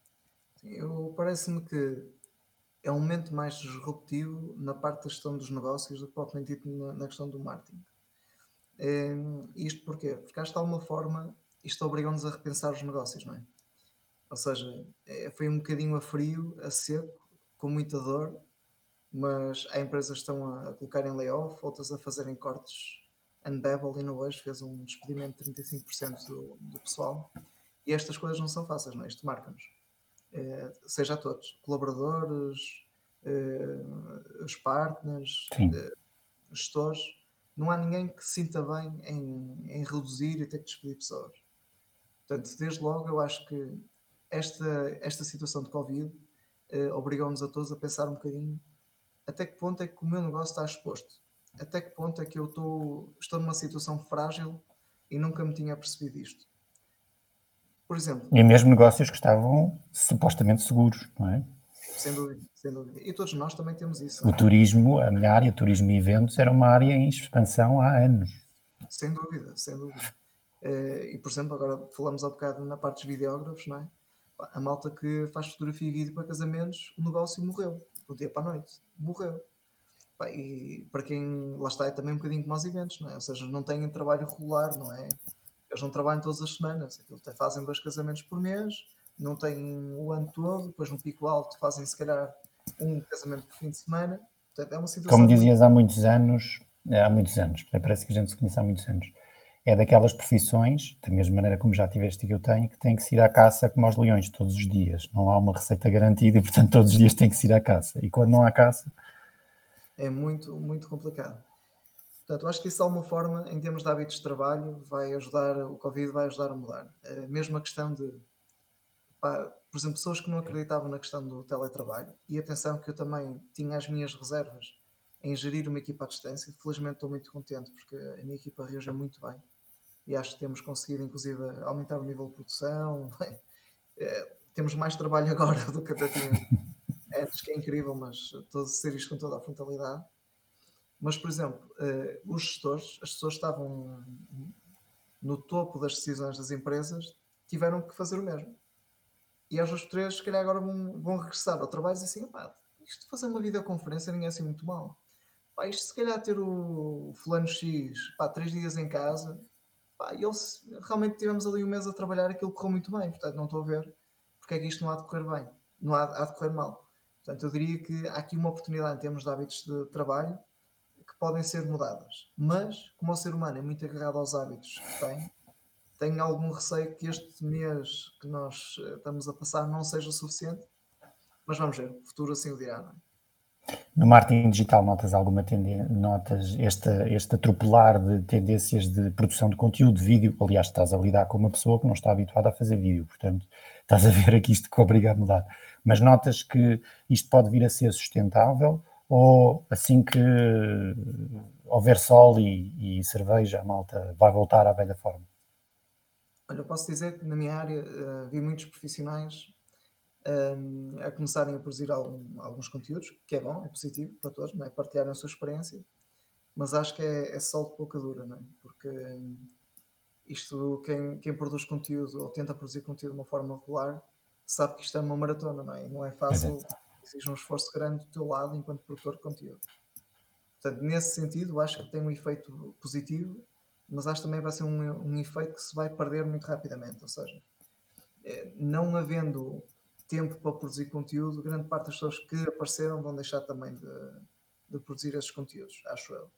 Eu parece-me que é um momento mais disruptivo na parte da gestão dos negócios do que propriamente dito na, na questão do marketing. Eh, isto porquê? Porque acho que de alguma forma isto obriga-nos a repensar os negócios, não é? Ou seja, é- foi um bocadinho a frio, a seco, com muita dor, mas há empresas que estão a, a colocar em layoff, outras a fazerem cortes. A Unbevel ainda hoje fez um despedimento de trinta e cinco por cento do, do pessoal. E estas coisas não são fáceis, não é? Isto marca-nos. Eh, seja a todos, colaboradores, uh, os partners, Sim. uh, os gestores, não há ninguém que se sinta bem em, em reduzir e ter que despedir pessoas. Portanto, desde logo, eu acho que esta, esta situação de Covid uh, obrigou-nos a todos a pensar um bocadinho até que ponto é que o meu negócio está exposto, até que ponto é que eu estou, estou numa situação frágil e nunca me tinha percebido isto. Por exemplo... E mesmo negócios que estavam supostamente seguros, não é? Sem dúvida, sem dúvida. E todos nós também temos isso. O turismo, a minha área, turismo e eventos, era uma área em expansão há anos. Sem dúvida, sem dúvida. E, por exemplo, agora falamos há bocado na parte dos videógrafos, não é? A malta que faz fotografia e vídeo para casamentos, o negócio morreu. Do dia para a noite. Morreu. E para quem, lá está, é também um bocadinho como aos eventos, não é? Ou seja, não têm trabalho regular, não é? Eles não trabalham todas as semanas. Aquilo até fazem dois casamentos por mês, não têm o ano todo, depois no pico alto fazem se calhar um casamento por fim de semana. Portanto, é uma situação... Como dizias muito... há muitos anos, há muitos anos, parece que a gente se conhece há muitos anos, é daquelas profissões, da mesma maneira como já tiveste que eu tenho, que tem que se ir à caça como aos leões todos os dias. Não há uma receita garantida e, portanto, todos os dias tem que se ir à caça. E quando não há caça... É muito, muito complicado. Portanto, eu acho que isso de alguma forma, em termos de hábitos de trabalho, vai ajudar, o Covid vai ajudar a mudar. É mesmo a questão de, pá, por exemplo, pessoas que não acreditavam na questão do teletrabalho, e atenção que eu também tinha as minhas reservas em gerir uma equipa à distância. Felizmente estou muito contente porque a minha equipa reagiu muito bem e acho que temos conseguido inclusive aumentar o nível de produção. É, temos mais trabalho agora do que até tínhamos antes, que é incrível, mas estou a dizer isto com toda a frontalidade. Mas, por exemplo, uh, os gestores, as pessoas estavam no topo das decisões das empresas, tiveram que fazer o mesmo. E aos outros três, se calhar agora vão, vão regressar ao trabalho e dizer assim, pá, isto de fazer uma videoconferência ninguém é assim muito mal. Pá, isto se calhar ter o fulano X, pá, três dias em casa, pá, e eles, realmente tivemos ali um mês a trabalhar, aquilo correu muito bem, portanto não estou a ver porque é que isto não há de correr bem, não há, há de correr mal. Portanto, eu diria que há aqui uma oportunidade em termos de hábitos de trabalho que podem ser mudadas. Mas, como o ser humano é muito agarrado aos hábitos que tem, tenho algum receio que este mês que nós estamos a passar não seja suficiente. Mas vamos ver, o futuro assim o dirá, não é? No marketing digital notas alguma tendência, notas este, este atropelar de tendências de produção de conteúdo, de vídeo? Aliás, estás a lidar com uma pessoa que não está habituada a fazer vídeo, portanto, estás a ver aqui isto que obriga a mudar. Mas notas que isto pode vir a ser sustentável ou assim que houver sol e, e cerveja, a malta vai voltar à velha forma? Olha, eu posso dizer que na minha área uh, vi muitos profissionais um, a começarem a produzir algum, alguns conteúdos, que é bom, é positivo para todos, não é? Partilharem a sua experiência, mas acho que é, é só de pouca dura, não é? Porque um, isto, quem, quem produz conteúdo ou tenta produzir conteúdo de uma forma regular, sabe que isto é uma maratona, não é? Não é fácil, exige um esforço grande do teu lado enquanto produtor de conteúdo. Portanto, nesse sentido, acho que tem um efeito positivo, mas acho que também vai ser um, um efeito que se vai perder muito rapidamente. Ou seja, não havendo tempo para produzir conteúdo, grande parte das pessoas que apareceram vão deixar também de, de produzir esses conteúdos, acho eu.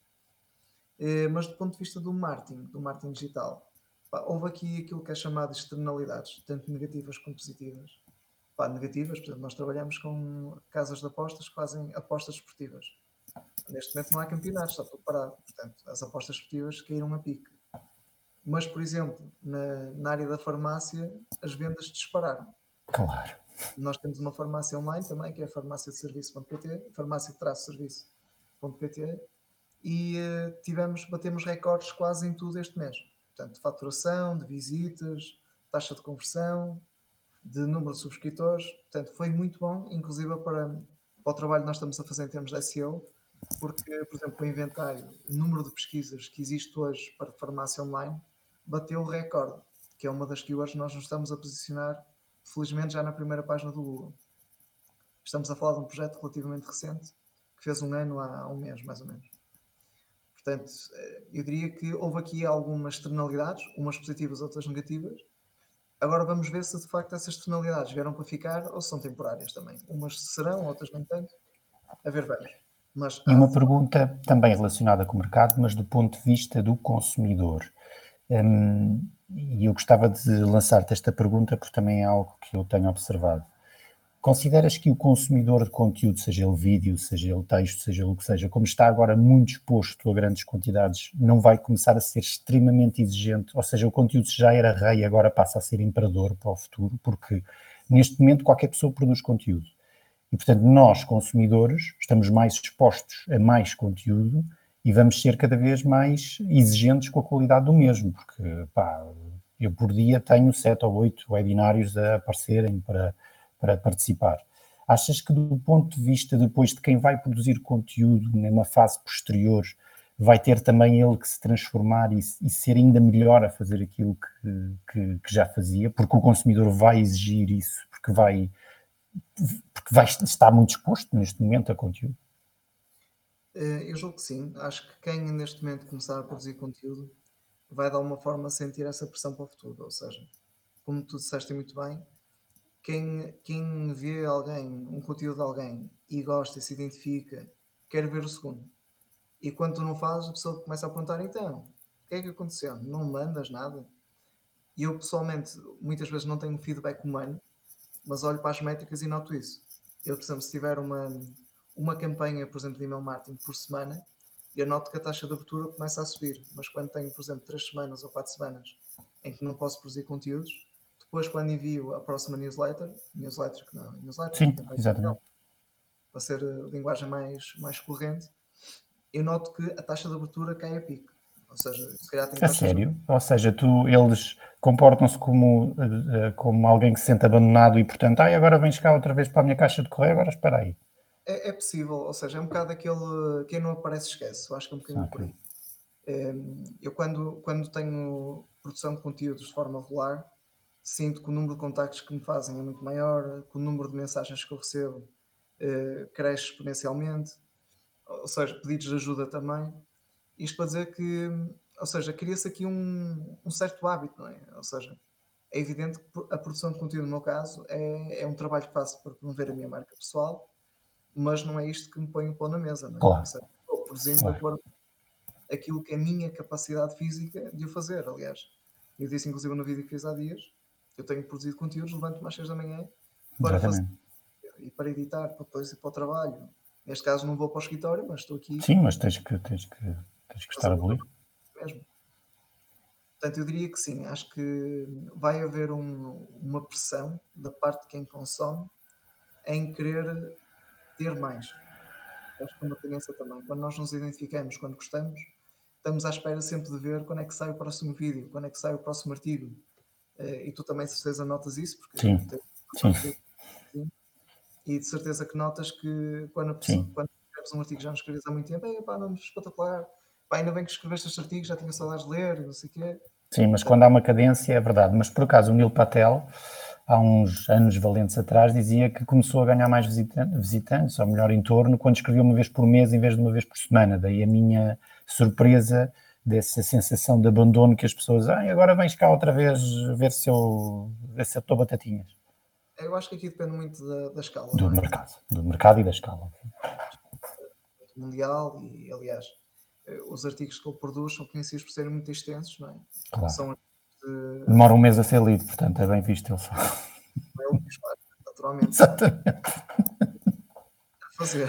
Mas do ponto de vista do marketing, do marketing digital, pá, houve aqui aquilo que é chamado de externalidades, tanto negativas como positivas. Pá, negativas, por exemplo, nós trabalhamos com casas de apostas que fazem apostas esportivas. Neste momento não há campeonatos, está tudo parado. Portanto, as apostas esportivas caíram a pique. Mas, por exemplo, na, na área da farmácia, as vendas dispararam. Claro. Nós temos uma farmácia online também, que é a farmácia de serviço ponto pt, farmácia de serviço ponto pt, e uh, tivemos, batemos recordes quase em tudo este mês. Portanto, de faturação, de visitas, taxa de conversão, de número de subscritores. Portanto, foi muito bom, inclusive para, para o trabalho que nós estamos a fazer em termos de S E O, porque, por exemplo, o inventário, o número de pesquisas que existe hoje para farmácia online bateu o recorde, que é uma das keywords que nós nos estamos a posicionar, felizmente, já na primeira página do Google. Estamos a falar de um projeto relativamente recente, que fez um ano há um mês, mais ou menos. Portanto, eu diria que houve aqui algumas externalidades, umas positivas, outras negativas. Agora vamos ver se de facto essas externalidades vieram para ficar ou se são temporárias também. Umas serão, outras nem tanto. A ver, vamos. Mas, e uma pergunta também relacionada com o mercado, mas do ponto de vista do consumidor. Um, e eu gostava de lançar-te esta pergunta porque também é algo que eu tenho observado. consideras que o consumidor de conteúdo, seja ele vídeo, seja ele texto, seja ele o que seja, como está agora muito exposto a grandes quantidades, não vai começar a ser extremamente exigente? Ou seja, o conteúdo já era rei, agora passa a ser imperador para o futuro, porque neste momento qualquer pessoa produz conteúdo. E, portanto, nós, consumidores, estamos mais expostos a mais conteúdo e vamos ser cada vez mais exigentes com a qualidade do mesmo, porque, pá, eu por dia tenho sete ou oito webinários a aparecerem para, para participar. Achas que, do ponto de vista depois de quem vai produzir conteúdo numa fase posterior, vai ter também ele que se transformar e, e ser ainda melhor a fazer aquilo que, que, que já fazia, porque o consumidor vai exigir isso, porque vai... porque vai estar muito exposto neste momento a conteúdo? Eu julgo que sim. Acho que quem neste momento começar a produzir conteúdo vai de alguma forma sentir essa pressão para o futuro. Ou seja, como tu disseste muito bem, quem, quem vê alguém, um conteúdo de alguém e gosta e se identifica, quer ver o segundo. E quando tu não fazes, a pessoa começa a perguntar: então, o que é que aconteceu? Não mandas nada? E eu pessoalmente muitas vezes não tenho feedback humano, mas olho para as métricas e noto isso. Eu, por exemplo, se tiver uma, uma campanha, por exemplo, de email marketing por semana, eu noto que a taxa de abertura começa a subir. Mas quando tenho, por exemplo, três semanas ou quatro semanas em que não posso produzir conteúdos, depois quando envio a próxima newsletter, newsletter que não, newsletter, Sim, campanha exatamente. para ser a linguagem mais, mais corrente, eu noto que a taxa de abertura cai a pico. Ou seja, se calhar tem A taxas de... sério? Ou seja, tu, eles comportam-se como, uh, como alguém que se sente abandonado e, portanto, ai, agora vens cá outra vez para a minha caixa de correio, agora espera aí. É, é possível, ou seja, é um bocado aquele quem não aparece esquece, eu acho que é um bocadinho por Okay. aí. Eu quando, quando tenho produção de conteúdos de forma regular, sinto que o número de contactos que me fazem é muito maior, que o número de mensagens que eu recebo eh, cresce exponencialmente, ou seja, pedidos de ajuda também. Isto para dizer que, ou seja, cria-se aqui um, um certo hábito, não é? Ou seja, é evidente que a produção de conteúdo, no meu caso, é, é um trabalho que faço para promover a minha marca pessoal, mas não é isto que me põe o pão na mesa, não é? Ou Claro, seja, estou produzindo de claro. acordo com aquilo que é a minha capacidade física de o fazer. Aliás, eu disse inclusive no vídeo que fiz há dias, eu tenho produzido conteúdos, levanto-me às seis da manhã para fazer Exatamente. e para editar, para depois ir para o trabalho. Neste caso não vou para o escritório, mas estou aqui Sim, mas tens que, tens que, tens que a estar fazer a o meu abolir. trabalho mesmo. Portanto, eu diria que sim, acho que vai haver um- uma pressão da parte de quem consome em querer ter mais. Acho que é uma tendência também. Quando nós nos identificamos, quando gostamos, estamos à espera sempre de ver quando é que sai o próximo vídeo, quando é que sai o próximo artigo. Eh, E tu também, de certeza, notas isso, porque Sim, tens sim, sim. E de certeza que notas que quando, a pessoa, sim. quando escreves um artigo já não escreves há muito tempo, "Ei, pá, não, espetacular, pá, ainda bem que escreveste este artigo, já tinha saudades de ler, não sei o quê." Sim, mas quando há uma cadência é verdade. Mas por acaso o Neil Patel, há uns anos valentes atrás, dizia que começou a ganhar mais visita- visitantes, ou melhor, em torno, quando escrevia uma vez por mês em vez de uma vez por semana. Daí a minha surpresa dessa sensação de abandono que as pessoas, ah, agora vens cá outra vez ver se eu ver se eu estou batatinhas. Eu acho que aqui depende muito da, da escala, Do não é? mercado, do mercado e da escala. Mundial e, aliás, eh, os artigos que ele produz são conhecidos por serem muito extensos, não é? Claro. São artigos de Demora um mês a ser lido, portanto é bem visto ele só. ele que os faz, naturalmente, não é? Exatamente. A fazer.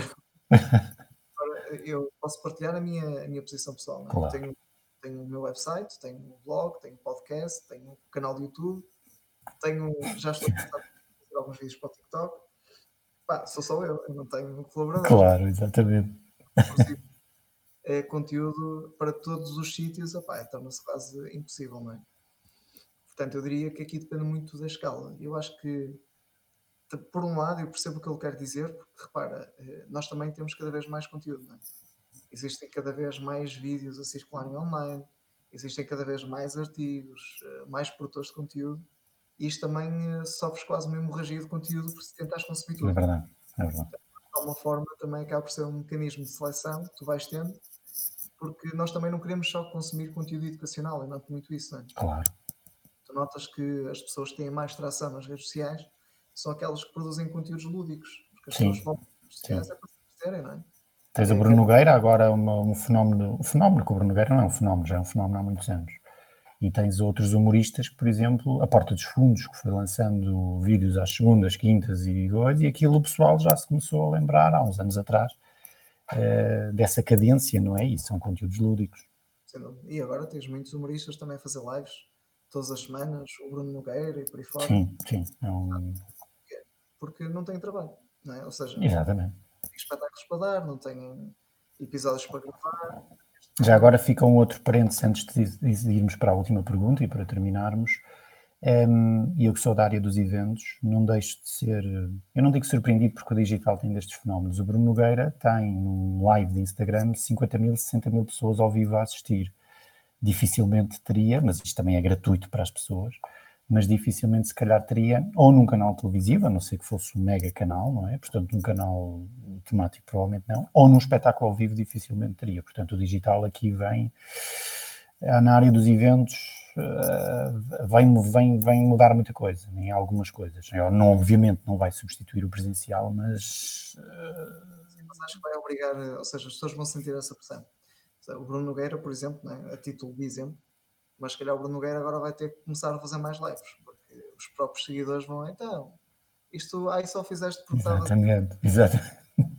Agora, eu posso partilhar a minha, a minha posição pessoal, não é? Eu Claro. tenho, tenho o meu website, tenho o blog, tenho o podcast, tenho o canal do YouTube, tenho, já estou a pensar em fazer alguns vídeos para o TikTok. Pá, sou só eu, eu não tenho colaboradores, não é? Claro, exatamente. Produzir é, conteúdo para todos os sítios, opá, torna-se quase impossível, não é? Portanto, eu diria que aqui depende muito da escala. Eu acho que, t- por um lado, eu percebo o que ele quer dizer, porque repara, eh, nós também temos cada vez mais conteúdo, não é? Existem cada vez mais vídeos a circularem online, existem cada vez mais artigos, eh, mais produtores de conteúdo, e isto também eh, sofres quase uma hemorragia de conteúdo por se tentares consumir É tudo. verdade, é verdade. De alguma forma, também acaba por ser um mecanismo de seleção que tu vais tendo, porque nós também não queremos só consumir conteúdo educacional, eu noto muito isso, não é? Claro. Tu notas que as pessoas que têm mais tração nas redes sociais são aquelas que produzem conteúdos lúdicos, porque as pessoas Sim, vão para as redes sim. sociais é para se divertirem, não é? Tens o É, Bruno quer- Nogueira, agora uma, um fenómeno, o fenómeno que o Bruno Nogueira não é um fenómeno, já é um fenómeno há muitos anos, E tens outros humoristas que, por exemplo, a Porta dos Fundos, que foi lançando vídeos às segundas, quintas e coisas, e aquilo o pessoal já se começou a lembrar, há uns anos atrás, uh, dessa cadência, não é? E são conteúdos lúdicos. E agora tens muitos humoristas também a fazer lives todas as semanas, o Bruno Nogueira e por aí fora. Sim, sim. É um... Porque não têm trabalho, não é? Ou seja, Exatamente. não têm espetáculos para dar, não têm episódios para gravar. Já agora fica um outro parênteses antes de irmos para a última pergunta e para terminarmos. Um, eu que sou da área dos eventos, não deixo de ser, eu não digo surpreendido porque o digital tem destes fenómenos. O Bruno Nogueira tem num live de Instagram cinquenta mil, sessenta mil pessoas ao vivo a assistir. Dificilmente teria, mas isto também é gratuito para as pessoas, mas dificilmente se calhar teria, ou num canal televisivo, a não ser que fosse um mega canal, não é? Portanto, num canal temático provavelmente não, ou num espetáculo ao vivo dificilmente teria. Portanto, o digital aqui vem, na área dos eventos, vem, vem, vem mudar muita coisa, em algumas coisas. Não, obviamente não vai substituir o presencial, mas... Sim, mas acho que vai obrigar, ou seja, as pessoas vão sentir essa pressão. O Bruno Nogueira, por exemplo, né, a título de exemplo, mas se calhar o Bruno Nogueira agora vai ter que começar a fazer mais lives, porque os próprios seguidores vão, então, isto aí só fizeste porque estavas... Exatamente, exatamente.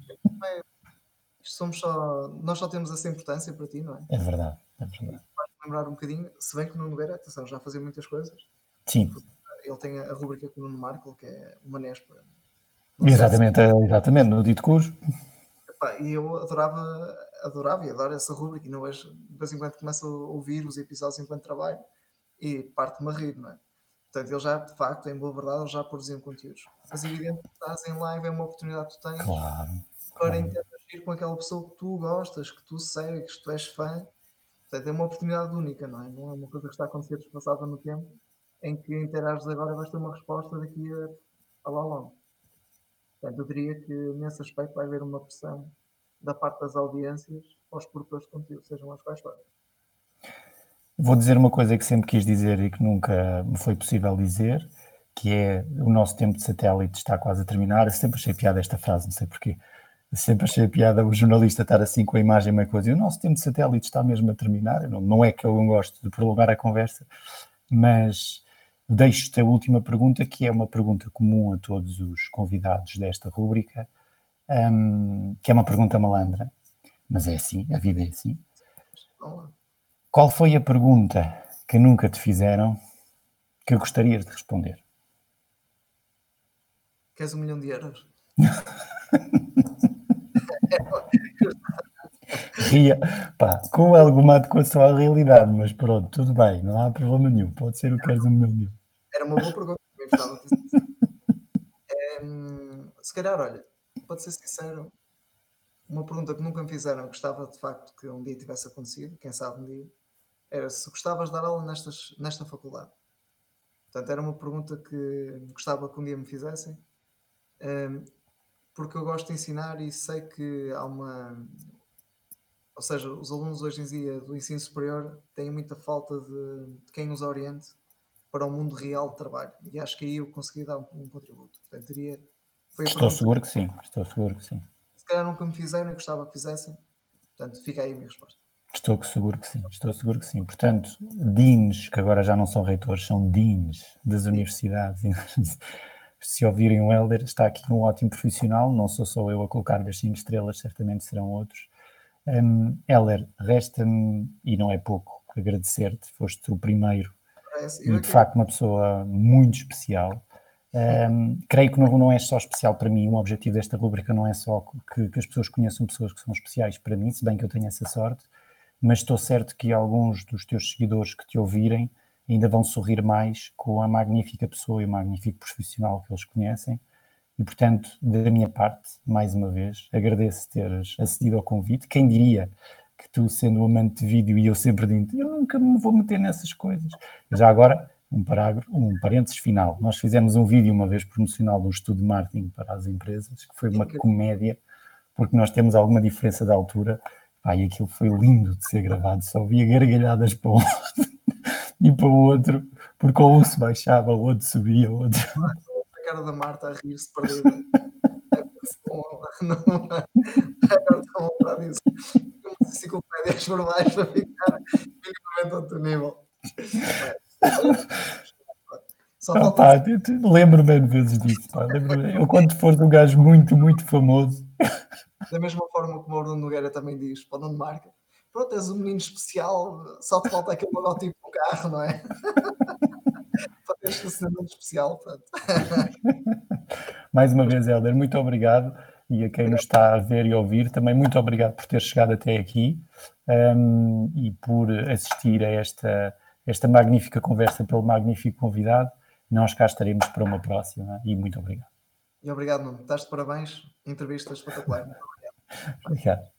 Isto somos só, nós só temos essa importância para ti, não é? É verdade, é verdade. Vais lembrar um bocadinho, se bem que o Nuno Nogueira, atenção, já fazia muitas coisas. Sim. Ele tem a rubrica com o Nuno Marco, que é uma Nespa. Exatamente, se... exatamente, no dito cujo. E eu adorava, adorava e adoro essa rubrica, e não vejo, de vez em quando começo a ouvir os episódios enquanto trabalho e parte-me a rir, não é? Portanto, ele já, de facto, em boa verdade, ele já produziu conteúdos. Mas é evidente que estás em live, é uma oportunidade que tu tens claro, para claro. interagir com aquela pessoa que tu gostas, que tu segues, que tu és fã. Portanto, é uma oportunidade única, não é? Não é uma coisa que está a acontecer despassada no tempo, em que interages agora e vais ter uma resposta daqui a, a lá longe. Portanto, eu diria que nesse aspecto vai haver uma pressão da parte das audiências aos produtores de conteúdo, sejam as quais forem. Vou dizer uma coisa que sempre quis dizer e que nunca me foi possível dizer, que é o nosso tempo de satélite está quase a terminar. Eu sempre achei piada esta frase, não sei porquê. Eu sempre achei piada o jornalista estar assim com a imagem meio coisa. E o nosso tempo de satélite está mesmo a terminar. Não, não é que eu não gosto de prolongar a conversa, mas deixo-te a última pergunta, que é uma pergunta comum a todos os convidados desta rúbrica, um, que é uma pergunta malandra, mas é assim, a vida é assim. Qual foi a pergunta que nunca te fizeram que gostarias de responder? Queres um milhão de euros? Ria, pá, com alguma adequação à realidade, mas pronto, tudo bem, não há problema nenhum, pode ser o que queres um milhão de euros. Era uma boa pergunta, também gostava de é, se calhar, olha, pode ser sincero, uma pergunta que nunca me fizeram, gostava de facto que um dia tivesse acontecido, quem sabe um dia, era se gostavas de dar aula nestas, nesta faculdade. Portanto, era uma pergunta que gostava que um dia me fizessem, um, porque eu gosto de ensinar e sei que há uma... Ou seja, os alunos hoje em dia do ensino superior têm muita falta de, de quem os oriente para o mundo real de trabalho. E acho que aí eu consegui dar um, um contributo. Portanto, diria... Foi a Estou pergunta... seguro que sim, estou seguro que sim. Se calhar nunca me fizeram e gostava que fizessem. Portanto, fica aí a minha resposta. Estou seguro que sim, estou seguro que sim. Portanto, deans, que agora já não são reitores, são deans das sim. universidades. Se ouvirem o Hélder, está aqui um ótimo profissional, não sou só eu a colocar-lhe as cinco estrelas, certamente serão outros. Um, Hélder, resta-me, e não é pouco, agradecer-te, foste o primeiro Parece, e de facto uma pessoa muito especial. Um, creio que não, não é só especial para mim, o objetivo desta rubrica não é só que, que as pessoas conheçam pessoas que são especiais para mim, se bem que eu tenho essa sorte, mas estou certo que alguns dos teus seguidores que te ouvirem ainda vão sorrir mais com a magnífica pessoa e o magnífico profissional que eles conhecem. E, portanto, da minha parte, mais uma vez, agradeço teres acedido ao convite. Quem diria que tu, sendo um amante de vídeo, e eu sempre digo, eu nunca me vou meter nessas coisas. Já agora, um parágrafo, um parênteses final. Nós fizemos um vídeo uma vez promocional de um estudo de marketing para as empresas, que foi uma comédia, porque nós temos alguma diferença de altura. Pá, e aquilo foi lindo de ser gravado. Só via gargalhadas para um lado e para o outro, porque o um se baixava, o outro subia, o outro... A cara da Marta a rir-se perdida. Não, agora estou a lembrar disso. Umas enciclopédias formais para ficar minimamente a outro nível. Só Ah, falta pá, dizer, eu te- lembro-me de vezes disso, pá, lembro-me. Eu quando fores um gajo muito, muito famoso, da mesma forma como o Bruno Nogueira também diz para o Nuno Marco: "Pronto, és um menino especial, só te falta aquele logotipo no carro, não é?" Para teres estacionamento especial, pronto. mais uma Mas vez, Helder, muito obrigado. E a quem nos obrigado, está a ver e ouvir, também muito obrigado por ter chegado até aqui, um, e por assistir a esta, esta magnífica conversa pelo magnífico convidado. Nós cá estaremos para uma próxima e muito obrigado. e obrigado, Nuno. Estás de parabéns, entrevista espetacular. Obrigado.